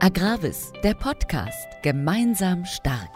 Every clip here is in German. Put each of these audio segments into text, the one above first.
Agravis, der Podcast. Gemeinsam stark.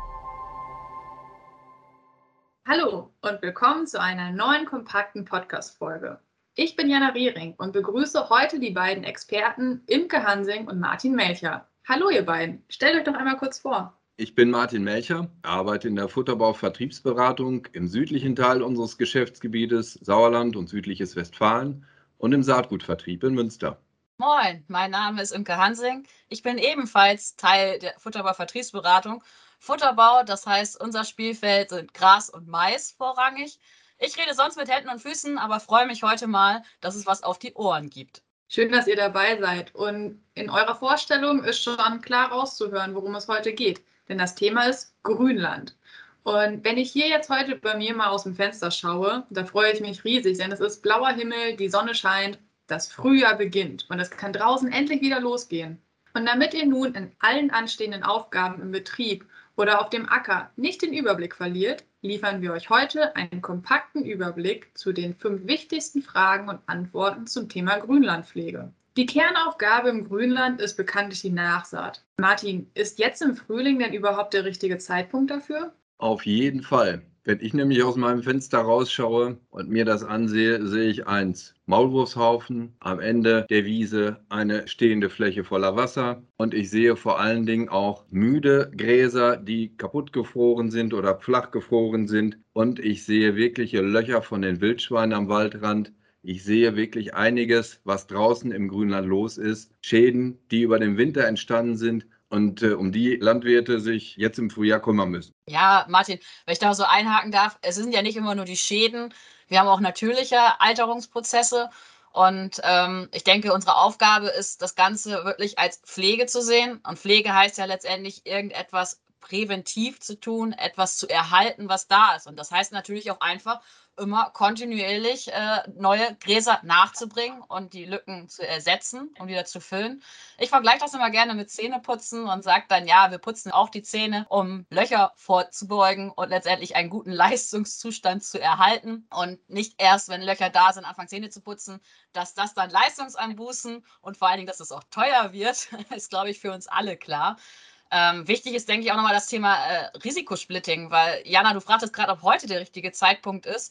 Hallo und willkommen zu einer neuen kompakten Podcast-Folge. Ich bin Jana Riering und begrüße heute die beiden Experten Imke Hansing und Martin Melcher. Hallo ihr beiden, stellt euch doch einmal kurz vor. Ich bin Martin Melcher, arbeite in der Futterbau-Vertriebsberatung im südlichen Teil unseres Geschäftsgebietes Sauerland und südliches Westfalen und im Saatgutvertrieb in Münster. Moin, mein Name ist Imke Hansing. Ich bin ebenfalls Teil der Futterbau-Vertriebsberatung. Futterbau, das heißt, unser Spielfeld sind Gras und Mais vorrangig. Ich rede sonst mit Händen und Füßen, aber freue mich heute mal, dass es was auf die Ohren gibt. Schön, dass ihr dabei seid. Und in eurer Vorstellung ist schon klar rauszuhören, worum es heute geht. Denn das Thema ist Grünland. Und wenn ich hier jetzt heute bei mir mal aus dem Fenster schaue, da freue ich mich riesig, denn es ist blauer Himmel, die Sonne scheint, das Frühjahr beginnt und es kann draußen endlich wieder losgehen. Und damit ihr nun in allen anstehenden Aufgaben im Betrieb oder auf dem Acker nicht den Überblick verliert, liefern wir euch heute einen kompakten Überblick zu den 5 wichtigsten Fragen und Antworten zum Thema Grünlandpflege. Die Kernaufgabe im Grünland ist bekanntlich die Nachsaat. Martin, ist jetzt im Frühling denn überhaupt der richtige Zeitpunkt dafür? Auf jeden Fall. Wenn ich nämlich aus meinem Fenster rausschaue und mir das ansehe, sehe ich eins: Maulwurfshaufen, am Ende der Wiese eine stehende Fläche voller Wasser und ich sehe vor allen Dingen auch müde Gräser, die kaputt gefroren sind oder flach gefroren sind, und ich sehe wirkliche Löcher von den Wildschweinen am Waldrand. Ich sehe wirklich einiges, was draußen im Grünland los ist. Schäden, die über den Winter entstanden sind und um die Landwirte sich jetzt im Frühjahr kümmern müssen. Ja, Martin, wenn ich da so einhaken darf, es sind ja nicht immer nur die Schäden, wir haben auch natürliche Alterungsprozesse. Und ich denke, unsere Aufgabe ist, das Ganze wirklich als Pflege zu sehen. Und Pflege heißt ja letztendlich, irgendetwas präventiv zu tun, etwas zu erhalten, was da ist. Und das heißt natürlich auch einfach, immer kontinuierlich neue Gräser nachzubringen und die Lücken zu ersetzen und wieder zu füllen. Ich vergleiche das immer gerne mit Zähneputzen und sage dann, ja, wir putzen auch die Zähne, um Löcher vorzubeugen und letztendlich einen guten Leistungszustand zu erhalten und nicht erst, wenn Löcher da sind, anfangen Zähne zu putzen, dass das dann Leistungseinbußen und vor allen Dingen, dass es auch teuer wird, ist, glaube ich, für uns alle klar. Wichtig ist, denke ich, auch nochmal das Thema Risikosplitting, weil, Jana, du fragtest gerade, ob heute der richtige Zeitpunkt ist.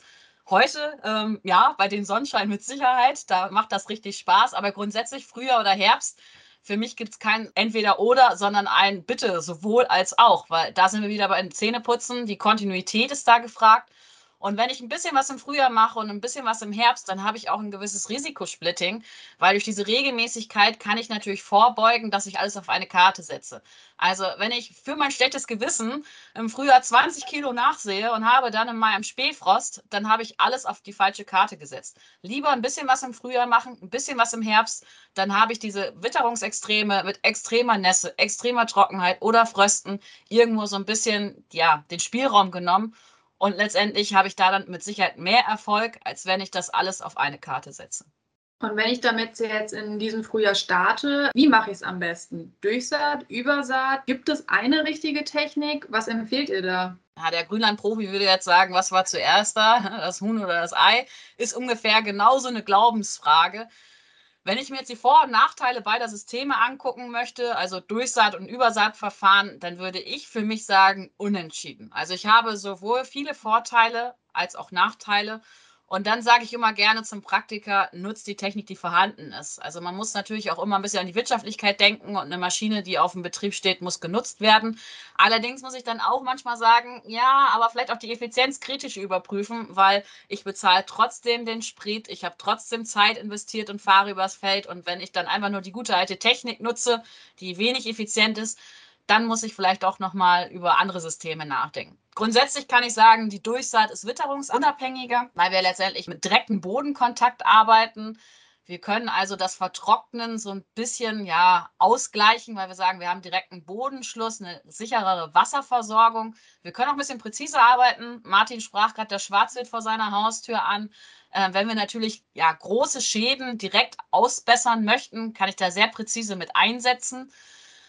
Heute, ja, bei den Sonnenschein mit Sicherheit, da macht das richtig Spaß, aber grundsätzlich Frühjahr oder Herbst, für mich gibt es kein Entweder-Oder, sondern ein Bitte, sowohl als auch, weil da sind wir wieder bei den Zähneputzen, die Kontinuität ist da gefragt. Und wenn ich ein bisschen was im Frühjahr mache und ein bisschen was im Herbst, dann habe ich auch ein gewisses Risikosplitting, weil durch diese Regelmäßigkeit kann ich natürlich vorbeugen, dass ich alles auf eine Karte setze. Also wenn ich für mein schlechtes Gewissen im Frühjahr 20 Kilo nachsehe und habe dann im Mai am Spätfrost, dann habe ich alles auf die falsche Karte gesetzt. Lieber ein bisschen was im Frühjahr machen, ein bisschen was im Herbst, dann habe ich diese Witterungsextreme mit extremer Nässe, extremer Trockenheit oder Frösten irgendwo so ein bisschen, ja, den Spielraum genommen. Und letztendlich habe ich da dann mit Sicherheit mehr Erfolg, als wenn ich das alles auf eine Karte setze. Und wenn ich damit jetzt in diesem Frühjahr starte, wie mache ich es am besten? Durchsaat, Übersaat? Gibt es eine richtige Technik? Was empfehlt ihr da? Ja, der Grünland-Profi würde jetzt sagen, was war zuerst da, das Huhn oder das Ei, ist ungefähr genauso eine Glaubensfrage. Wenn ich mir jetzt die Vor- und Nachteile beider Systeme angucken möchte, also Durchsaat- und Übersaatverfahren, dann würde ich für mich sagen, unentschieden. Also ich habe sowohl viele Vorteile als auch Nachteile. Und dann sage ich immer gerne zum Praktiker, nutzt die Technik, die vorhanden ist. Also man muss natürlich auch immer ein bisschen an die Wirtschaftlichkeit denken und eine Maschine, die auf dem Betrieb steht, muss genutzt werden. Allerdings muss ich dann auch manchmal sagen, ja, aber vielleicht auch die Effizienz kritisch überprüfen, weil ich bezahle trotzdem den Sprit, ich habe trotzdem Zeit investiert und fahre übers Feld. Und wenn ich dann einfach nur die gute alte Technik nutze, die wenig effizient ist, dann muss ich vielleicht auch nochmal über andere Systeme nachdenken. Grundsätzlich kann ich sagen, die Durchsaat ist witterungsunabhängiger, weil wir letztendlich mit direktem Bodenkontakt arbeiten. Wir können also das Vertrocknen so ein bisschen ja, ausgleichen, weil wir sagen, wir haben direkten Bodenschluss, eine sicherere Wasserversorgung. Wir können auch ein bisschen präziser arbeiten. Martin sprach gerade das Schwarzwild vor seiner Haustür an. Wenn wir natürlich ja, große Schäden direkt ausbessern möchten, kann ich da sehr präzise mit einsetzen.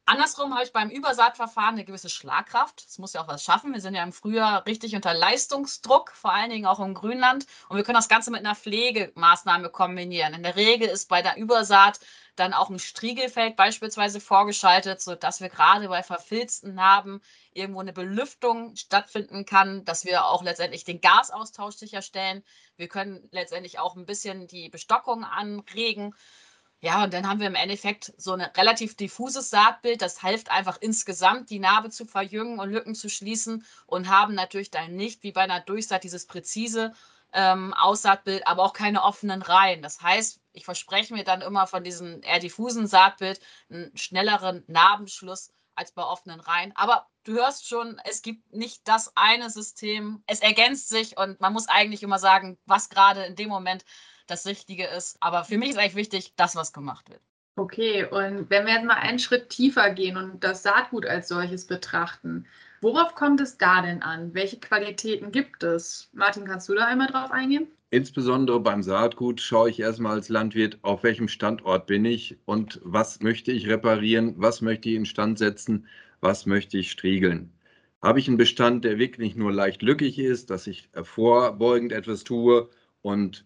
Andersrum habe ich beim Übersaatverfahren eine gewisse Schlagkraft. Es muss ja auch was schaffen. Wir sind ja im Frühjahr richtig unter Leistungsdruck, vor allen Dingen auch im Grünland. Und wir können das Ganze mit einer Pflegemaßnahme kombinieren. In der Regel ist bei der Übersaat dann auch ein Striegelfeld beispielsweise vorgeschaltet, sodass wir gerade bei verfilzten Narben irgendwo eine Belüftung stattfinden kann, dass wir auch letztendlich den Gasaustausch sicherstellen. Wir können letztendlich auch ein bisschen die Bestockung anregen. Ja, und dann haben wir im Endeffekt so ein relativ diffuses Saatbild. Das hilft einfach insgesamt, die Narbe zu verjüngen und Lücken zu schließen und haben natürlich dann nicht wie bei einer Durchsaat dieses präzise Aussaatbild, aber auch keine offenen Reihen. Das heißt, ich verspreche mir dann immer von diesem eher diffusen Saatbild einen schnelleren Narbenschluss als bei offenen Reihen. Aber du hörst schon, es gibt nicht das eine System. Es ergänzt sich und man muss eigentlich immer sagen, was gerade in dem Moment das Richtige ist. Aber für mich ist eigentlich wichtig, dass was gemacht wird. Okay, und wenn wir jetzt mal einen Schritt tiefer gehen und das Saatgut als solches betrachten, worauf kommt es da denn an? Welche Qualitäten gibt es? Martin, kannst du da einmal drauf eingehen? Insbesondere beim Saatgut schaue ich erstmal als Landwirt, auf welchem Standort bin ich und was möchte ich reparieren, was möchte ich instand setzen, was möchte ich striegeln. Habe ich einen Bestand, der wirklich nur leicht lückig ist, dass ich vorbeugend etwas tue und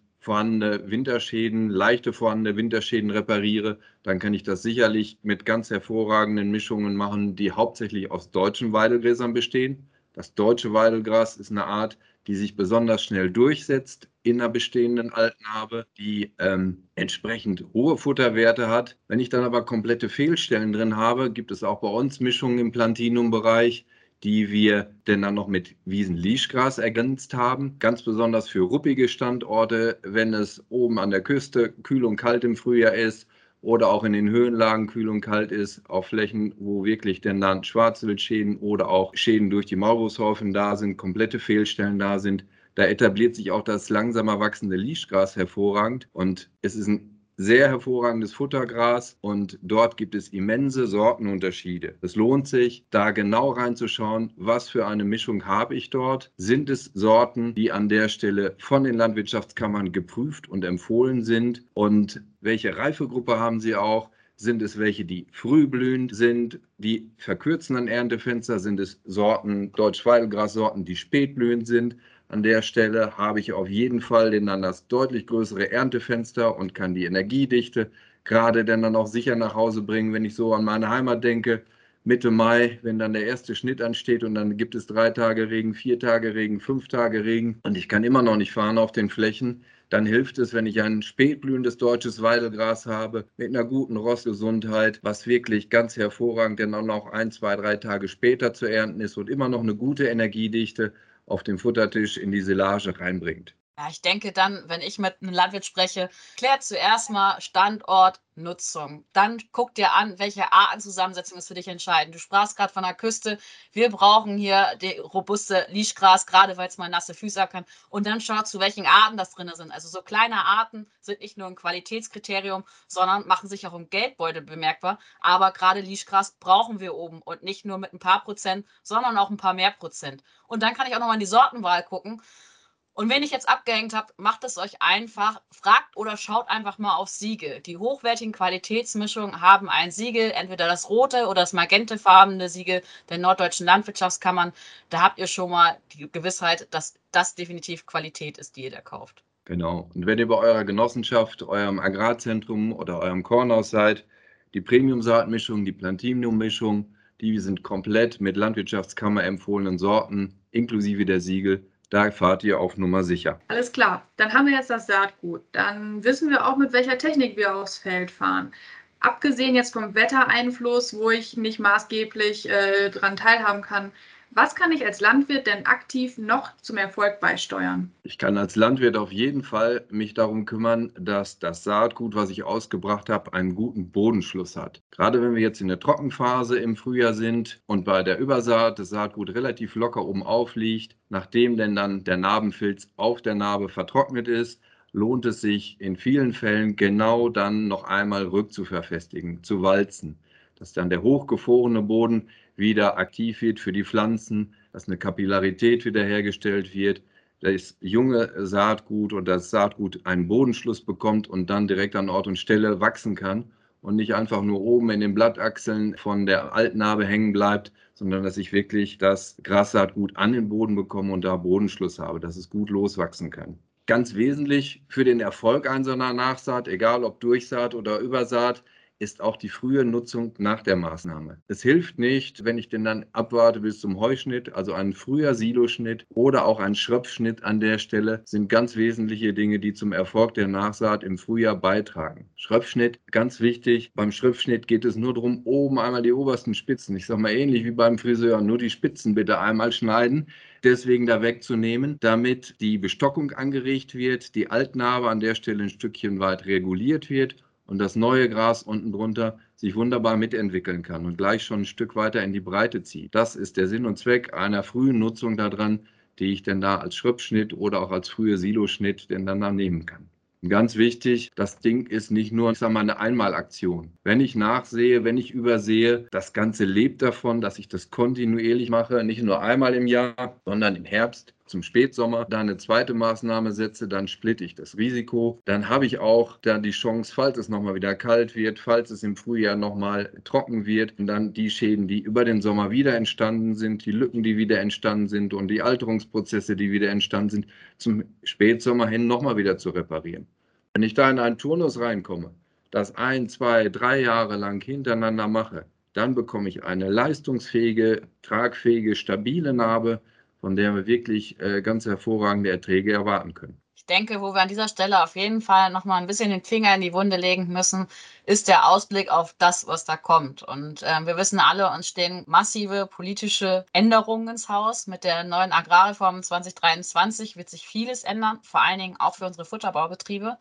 leichte vorhandene Winterschäden repariere, dann kann ich das sicherlich mit ganz hervorragenden Mischungen machen, die hauptsächlich aus deutschen Weidelgräsern bestehen. Das deutsche Weidelgras ist eine Art, die sich besonders schnell durchsetzt in einer bestehenden Altnarbe, die entsprechend hohe Futterwerte hat. Wenn ich dann aber komplette Fehlstellen drin habe, gibt es auch bei uns Mischungen im Plantinum-Bereich, die wir denn dann noch mit Wiesen-Lieschgras ergänzt haben. Ganz besonders für ruppige Standorte, wenn es oben an der Küste kühl und kalt im Frühjahr ist oder auch in den Höhenlagen kühl und kalt ist, auf Flächen, wo wirklich denn dann Schwarzwildschäden oder auch Schäden durch die Maulwurfshaufen da sind, komplette Fehlstellen da sind. Da etabliert sich auch das langsamer wachsende Lieschgras hervorragend und es ist ein sehr hervorragendes Futtergras und dort gibt es immense Sortenunterschiede. Es lohnt sich, da genau reinzuschauen, was für eine Mischung habe ich dort. Sind es Sorten, die an der Stelle von den Landwirtschaftskammern geprüft und empfohlen sind und welche Reifegruppe haben sie auch? Sind es welche, die frühblühend sind, die verkürzen an Erntefenster? Sind es Sorten, Deutsch-Weidelgras-Sorten, die spätblühend sind? An der Stelle habe ich auf jeden Fall dann das deutlich größere Erntefenster und kann die Energiedichte gerade dann auch sicher nach Hause bringen, wenn ich so an meine Heimat denke. Mitte Mai, wenn dann der erste Schnitt ansteht und dann gibt es 3 Tage Regen, 4 Tage Regen, 5 Tage Regen und ich kann immer noch nicht fahren auf den Flächen, dann hilft es, wenn ich ein spätblühendes deutsches Weidelgras habe mit einer guten Rostgesundheit, was wirklich ganz hervorragend dann auch noch 1, 2, 3 Tage später zu ernten ist und immer noch eine gute Energiedichte auf dem Futtertisch in die Silage reinbringt. Ja, ich denke dann, wenn ich mit einem Landwirt spreche, klärt zuerst mal Standort, Nutzung. Dann guck dir an, welche Artenzusammensetzung ist für dich entscheidend. Du sprachst gerade von der Küste. Wir brauchen hier die robuste Lieschgras, gerade weil es mal nasse Füße haben kann. Und dann schau zu, welchen Arten das drin sind. Also so kleine Arten sind nicht nur ein Qualitätskriterium, sondern machen sich auch im Geldbeutel bemerkbar. Aber gerade Lieschgras brauchen wir oben und nicht nur mit ein paar Prozent, sondern auch ein paar mehr Prozent. Und dann kann ich auch nochmal in die Sortenwahl gucken. Und wenn ich jetzt abgehängt habe, macht es euch einfach, fragt oder schaut einfach mal auf Siegel. Die hochwertigen Qualitätsmischungen haben ein Siegel, entweder das rote oder das magentefarbene Siegel der Norddeutschen Landwirtschaftskammern. Da habt ihr schon mal die Gewissheit, dass das definitiv Qualität ist, die ihr da kauft. Genau. Und wenn ihr bei eurer Genossenschaft, eurem Agrarzentrum oder eurem Kornhaus seid, die Premium-Saatmischung, die Plantinum-Mischung, die sind komplett mit Landwirtschaftskammer empfohlenen Sorten, inklusive der Siegel. Da fahrt ihr auf Nummer sicher. Alles klar, dann haben wir jetzt das Saatgut. Dann wissen wir auch, mit welcher Technik wir aufs Feld fahren. Abgesehen jetzt vom Wettereinfluss, wo ich nicht maßgeblich daran teilhaben kann, was kann ich als Landwirt denn aktiv noch zum Erfolg beisteuern? Ich kann als Landwirt auf jeden Fall mich darum kümmern, dass das Saatgut, was ich ausgebracht habe, einen guten Bodenschluss hat. Gerade wenn wir jetzt in der Trockenphase im Frühjahr sind und bei der Übersaat das Saatgut relativ locker oben aufliegt, nachdem denn dann der Narbenfilz auf der Narbe vertrocknet ist, lohnt es sich in vielen Fällen genau dann noch einmal rückzuverfestigen, zu walzen, dass dann der hochgefrorene Boden wieder aktiv wird für die Pflanzen, dass eine Kapillarität wiederhergestellt wird, das junge Saatgut oder das Saatgut einen Bodenschluss bekommt und dann direkt an Ort und Stelle wachsen kann und nicht einfach nur oben in den Blattachseln von der Altnarbe hängen bleibt, sondern dass ich wirklich das Grassaat gut an den Boden bekomme und da Bodenschluss habe, dass es gut loswachsen kann. Ganz wesentlich für den Erfolg einer Nachsaat, egal ob Durchsaat oder Übersaat, ist auch die frühe Nutzung nach der Maßnahme. Es hilft nicht, wenn ich den dann abwarte bis zum Heuschnitt, also ein früher Siloschnitt oder auch ein Schröpfschnitt an der Stelle sind ganz wesentliche Dinge, die zum Erfolg der Nachsaat im Frühjahr beitragen. Schröpfschnitt, ganz wichtig. Beim Schröpfschnitt geht es nur darum, oben einmal die obersten Spitzen, ich sage mal ähnlich wie beim Friseur, nur die Spitzen bitte einmal schneiden, deswegen da wegzunehmen, damit die Bestockung angeregt wird, die Altnarbe an der Stelle ein Stückchen weit reguliert wird und das neue Gras unten drunter sich wunderbar mitentwickeln kann und gleich schon ein Stück weiter in die Breite zieht. Das ist der Sinn und Zweck einer frühen Nutzung daran, die ich denn da als Schröpfschnitt oder auch als frühe Siloschnitt denn dann nehmen kann. Und ganz wichtig, das Ding ist nicht nur, ich sage mal, eine Einmalaktion. Wenn ich nachsehe, wenn ich übersehe, das Ganze lebt davon, dass ich das kontinuierlich mache, nicht nur einmal im Jahr, sondern im Herbst, zum Spätsommer, da eine zweite Maßnahme setze, dann splitte ich das Risiko. Dann habe ich auch dann die Chance, falls es nochmal wieder kalt wird, falls es im Frühjahr nochmal trocken wird, und dann die Schäden, die über den Sommer wieder entstanden sind, die Lücken, die wieder entstanden sind und die Alterungsprozesse, die wieder entstanden sind, zum Spätsommer hin nochmal wieder zu reparieren. Wenn ich da in einen Turnus reinkomme, das 1, 2, 3 Jahre lang hintereinander mache, dann bekomme ich eine leistungsfähige, tragfähige, stabile Narbe, von der wir wirklich ganz hervorragende Erträge erwarten können. Ich denke, wo wir an dieser Stelle auf jeden Fall noch mal ein bisschen den Finger in die Wunde legen müssen, ist der Ausblick auf das, was da kommt. Und wir wissen alle, uns stehen massive politische Änderungen ins Haus. Mit der neuen Agrarreform 2023 wird sich vieles ändern, vor allen Dingen auch für unsere Futterbaubetriebe.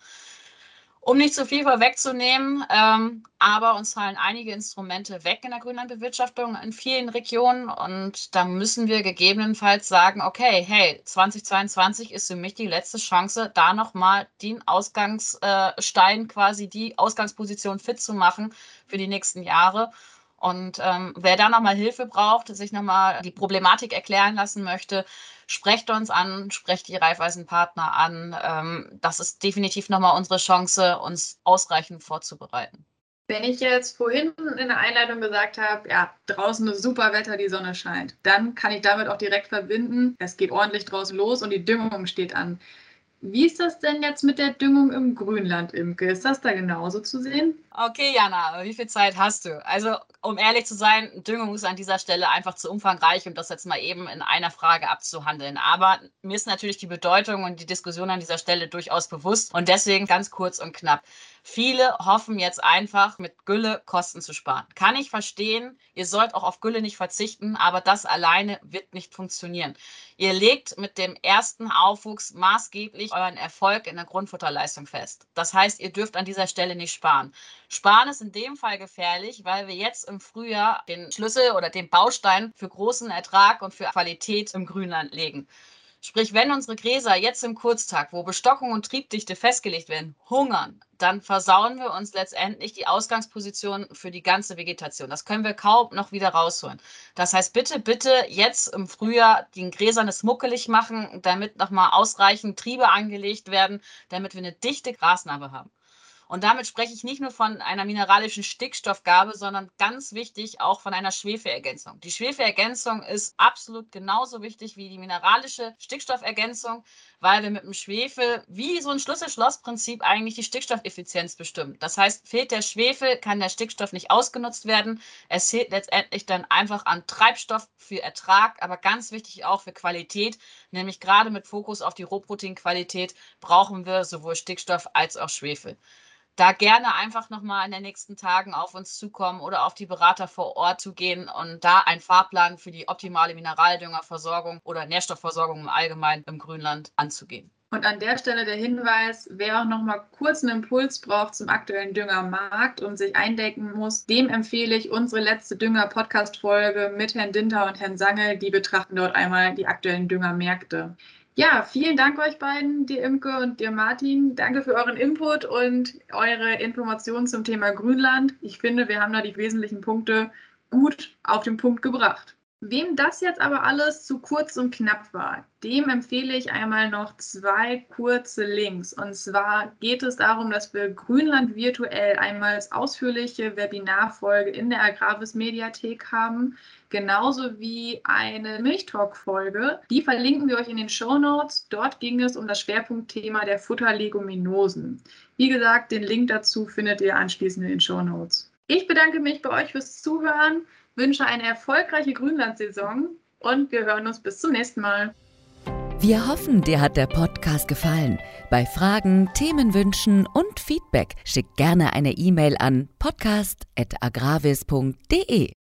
Um nicht zu viel vorwegzunehmen, aber uns fallen einige Instrumente weg in der Grünlandbewirtschaftung in vielen Regionen und da müssen wir gegebenenfalls sagen, okay, hey, 2022 ist für mich die letzte Chance, da nochmal den Ausgangsstein, quasi die Ausgangsposition fit zu machen für die nächsten Jahre. Und wer da nochmal Hilfe braucht, sich nochmal die Problematik erklären lassen möchte, sprecht uns an, sprecht die Raiffeisenpartner an. Das ist definitiv nochmal unsere Chance, uns ausreichend vorzubereiten. Wenn ich jetzt vorhin in der Einleitung gesagt habe, ja, draußen ist super Wetter, die Sonne scheint, dann kann ich damit auch direkt verbinden, es geht ordentlich draußen los und die Düngung steht an. Wie ist das denn jetzt mit der Düngung im Grünland, Imke? Ist das da genauso zu sehen? Okay, Jana, wie viel Zeit hast du? Also, um ehrlich zu sein, Düngung ist an dieser Stelle einfach zu umfangreich, um das jetzt mal eben in einer Frage abzuhandeln. Aber mir ist natürlich die Bedeutung und die Diskussion an dieser Stelle durchaus bewusst und deswegen ganz kurz und knapp. Viele hoffen jetzt einfach, mit Gülle Kosten zu sparen. Kann ich verstehen, ihr sollt auch auf Gülle nicht verzichten, aber das alleine wird nicht funktionieren. Ihr legt mit dem ersten Aufwuchs maßgeblich euren Erfolg in der Grundfutterleistung fest. Das heißt, ihr dürft an dieser Stelle nicht sparen. Sparen ist in dem Fall gefährlich, weil wir jetzt im Frühjahr den Schlüssel oder den Baustein für großen Ertrag und für Qualität im Grünland legen. Sprich, wenn unsere Gräser jetzt im Kurztag, wo Bestockung und Triebdichte festgelegt werden, hungern, dann versauen wir uns letztendlich die Ausgangsposition für die ganze Vegetation. Das können wir kaum noch wieder rausholen. Das heißt, bitte, bitte jetzt im Frühjahr den Gräsern es muckelig machen, damit nochmal ausreichend Triebe angelegt werden, damit wir eine dichte Grasnarbe haben. Und damit spreche ich nicht nur von einer mineralischen Stickstoffgabe, sondern ganz wichtig auch von einer Schwefelergänzung. Die Schwefelergänzung ist absolut genauso wichtig wie die mineralische Stickstoffergänzung, weil wir mit dem Schwefel wie so ein Schlüssel-Schloss-Prinzip eigentlich die Stickstoffeffizienz bestimmen. Das heißt, fehlt der Schwefel, kann der Stickstoff nicht ausgenutzt werden. Es fehlt letztendlich dann einfach an Treibstoff für Ertrag, aber ganz wichtig auch für Qualität, nämlich gerade mit Fokus auf die Rohproteinqualität brauchen wir sowohl Stickstoff als auch Schwefel. Da gerne einfach nochmal in den nächsten Tagen auf uns zukommen oder auf die Berater vor Ort zugehen und da einen Fahrplan für die optimale Mineraldüngerversorgung oder Nährstoffversorgung im Allgemeinen im Grünland anzugehen. Und an der Stelle der Hinweis, wer auch noch mal kurz einen Impuls braucht zum aktuellen Düngermarkt und sich eindecken muss, dem empfehle ich unsere letzte Dünger-Podcast-Folge mit Herrn Dinter und Herrn Sangel. Die betrachten dort einmal die aktuellen Düngermärkte. Ja, vielen Dank euch beiden, dir Imke und dir Martin. Danke für euren Input und eure Informationen zum Thema Grünland. Ich finde, wir haben da die wesentlichen Punkte gut auf den Punkt gebracht. Wem das jetzt aber alles zu kurz und knapp war, dem empfehle ich einmal noch 2 kurze Links. Und zwar geht es darum, dass wir Grünland virtuell einmal als ausführliche Webinarfolge in der Agravis Mediathek haben, genauso wie eine Milchtalk-Folge. Die verlinken wir euch in den Shownotes. Dort ging es um das Schwerpunktthema der Futterleguminosen. Wie gesagt, den Link dazu findet ihr anschließend in den Shownotes. Ich bedanke mich bei euch fürs Zuhören, wünsche eine erfolgreiche Grünlandsaison und wir hören uns bis zum nächsten Mal. Wir hoffen, dir hat der Podcast gefallen. Bei Fragen, Themenwünschen und Feedback schick gerne eine E-Mail an podcast@agravis.de.